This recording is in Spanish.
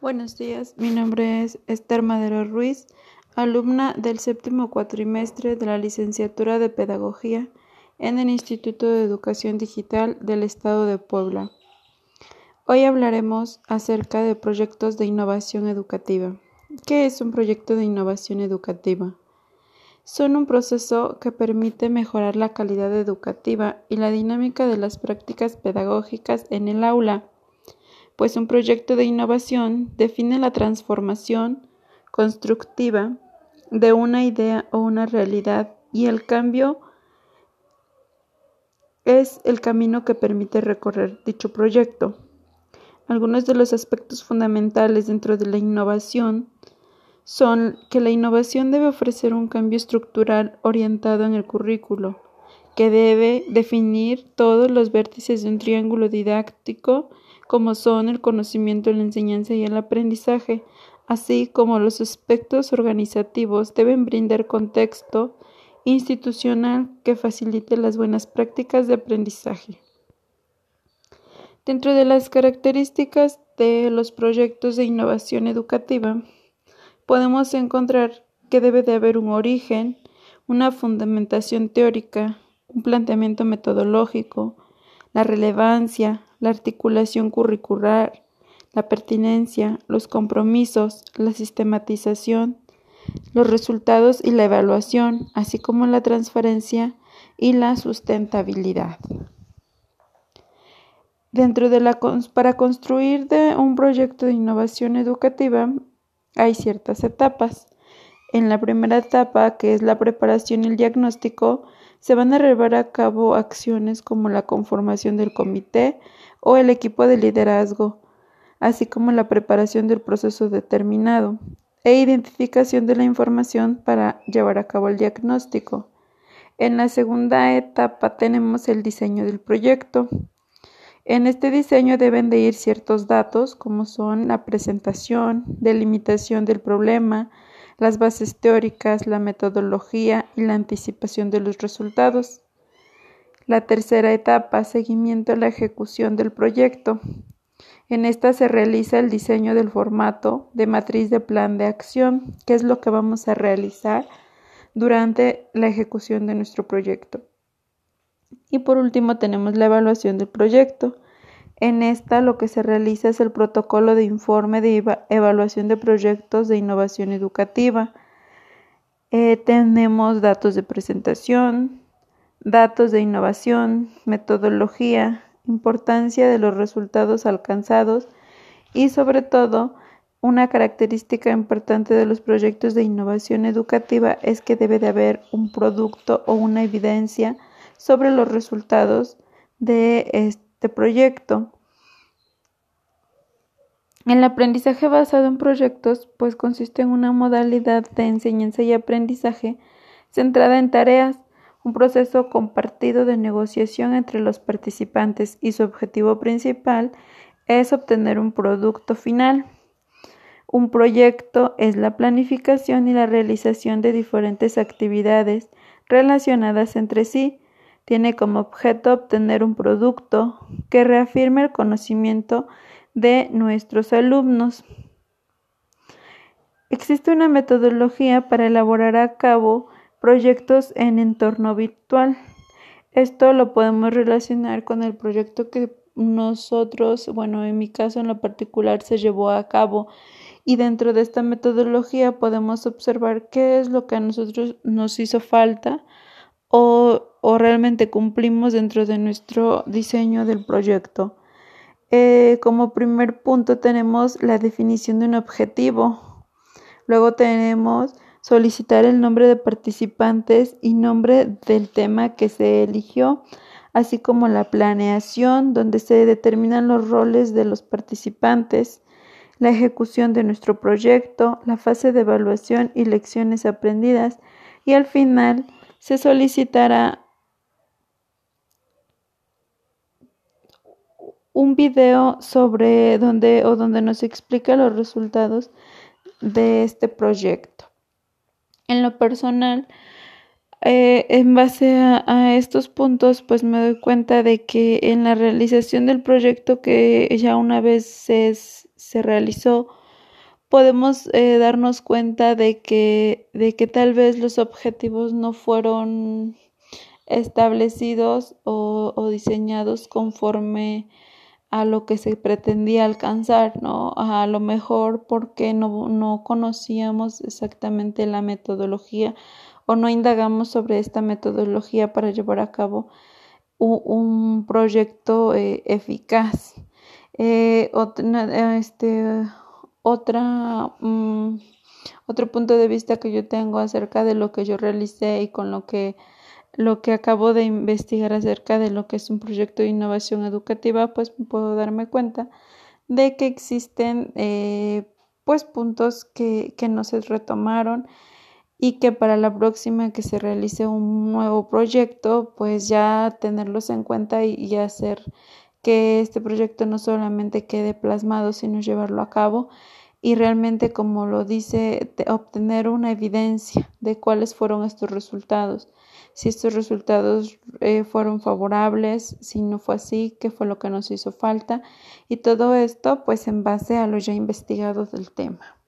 Buenos días, mi nombre es Esther Madero Ruiz, alumna del séptimo cuatrimestre de la licenciatura de Pedagogía en el Instituto de Educación Digital del Estado de Puebla. Hoy hablaremos acerca de proyectos de innovación educativa. ¿Qué es un proyecto de innovación educativa? Son un proceso que permite mejorar la calidad educativa y la dinámica de las prácticas pedagógicas en el aula, pues un proyecto de innovación define la transformación constructiva de una idea o una realidad y el cambio es el camino que permite recorrer dicho proyecto. Algunos de los aspectos fundamentales dentro de la innovación son que la innovación debe ofrecer un cambio estructural orientado en el currículo, que debe definir todos los vértices de un triángulo didáctico, como son el conocimiento, la enseñanza y el aprendizaje, así como los aspectos organizativos deben brindar contexto institucional que facilite las buenas prácticas de aprendizaje. Dentro de las características de los proyectos de innovación educativa, podemos encontrar que debe de haber un origen, una fundamentación teórica, un planteamiento metodológico, la relevancia, la articulación curricular, la pertinencia, los compromisos, la sistematización, los resultados y la evaluación, así como la transferencia y la sustentabilidad. Para construir un proyecto de innovación educativa hay ciertas etapas. En la primera etapa, que es la preparación y el diagnóstico, se van a llevar a cabo acciones como la conformación del comité o el equipo de liderazgo, así como la preparación del proceso determinado e identificación de la información para llevar a cabo el diagnóstico. En la segunda etapa tenemos el diseño del proyecto. En este diseño deben de ir ciertos datos como son la presentación, delimitación del problema, las bases teóricas, la metodología y la anticipación de los resultados. La tercera etapa, seguimiento a la ejecución del proyecto. En esta se realiza el diseño del formato de matriz de plan de acción, que es lo que vamos a realizar durante la ejecución de nuestro proyecto. Y por último tenemos la evaluación del proyecto. En esta lo que se realiza es el protocolo de informe de evaluación de proyectos de innovación educativa. Tenemos datos de presentación, datos de innovación, metodología, importancia de los resultados alcanzados y sobre todo una característica importante de los proyectos de innovación educativa es que debe de haber un producto o una evidencia sobre los resultados de este proyecto. El aprendizaje basado en proyectos pues consiste en una modalidad de enseñanza y aprendizaje centrada en tareas, un proceso compartido de negociación entre los participantes y su objetivo principal es obtener un producto final. Un proyecto es la planificación y la realización de diferentes actividades relacionadas entre sí. Tiene como objeto obtener un producto que reafirme el conocimiento de nuestros alumnos. Existe una metodología para elaborar a cabo proyectos en entorno virtual. Esto lo podemos relacionar con el proyecto que nosotros, en mi caso en lo particular, se llevó a cabo. Y dentro de esta metodología podemos observar qué es lo que a nosotros nos hizo falta o realmente cumplimos dentro de nuestro diseño del proyecto. Como primer punto tenemos la definición de un objetivo. Luego tenemos solicitar el nombre de participantes y nombre del tema que se eligió, así como la planeación, donde se determinan los roles de los participantes, la ejecución de nuestro proyecto, la fase de evaluación y lecciones aprendidas, y al final se solicitará un video sobre donde nos explica los resultados de este proyecto. En lo personal, en base a estos puntos, pues me doy cuenta de que en la realización del proyecto que ya una vez se realizó, podemos darnos cuenta de que tal vez los objetivos no fueron establecidos o diseñados conforme a lo que se pretendía alcanzar, ¿no? A lo mejor porque no conocíamos exactamente la metodología o no indagamos sobre esta metodología para llevar a cabo un proyecto eficaz. Otro punto de vista que yo tengo acerca de lo que yo realicé y con lo que acabo de investigar acerca de lo que es un proyecto de innovación educativa, pues puedo darme cuenta de que existen pues puntos que no se retomaron y que para la próxima que se realice un nuevo proyecto, pues ya tenerlos en cuenta y hacer que este proyecto no solamente quede plasmado, sino llevarlo a cabo y realmente, como lo dice, obtener una evidencia de cuáles fueron estos resultados. Si estos resultados fueron favorables, si no fue así, qué fue lo que nos hizo falta y todo esto pues en base a lo ya investigado del tema.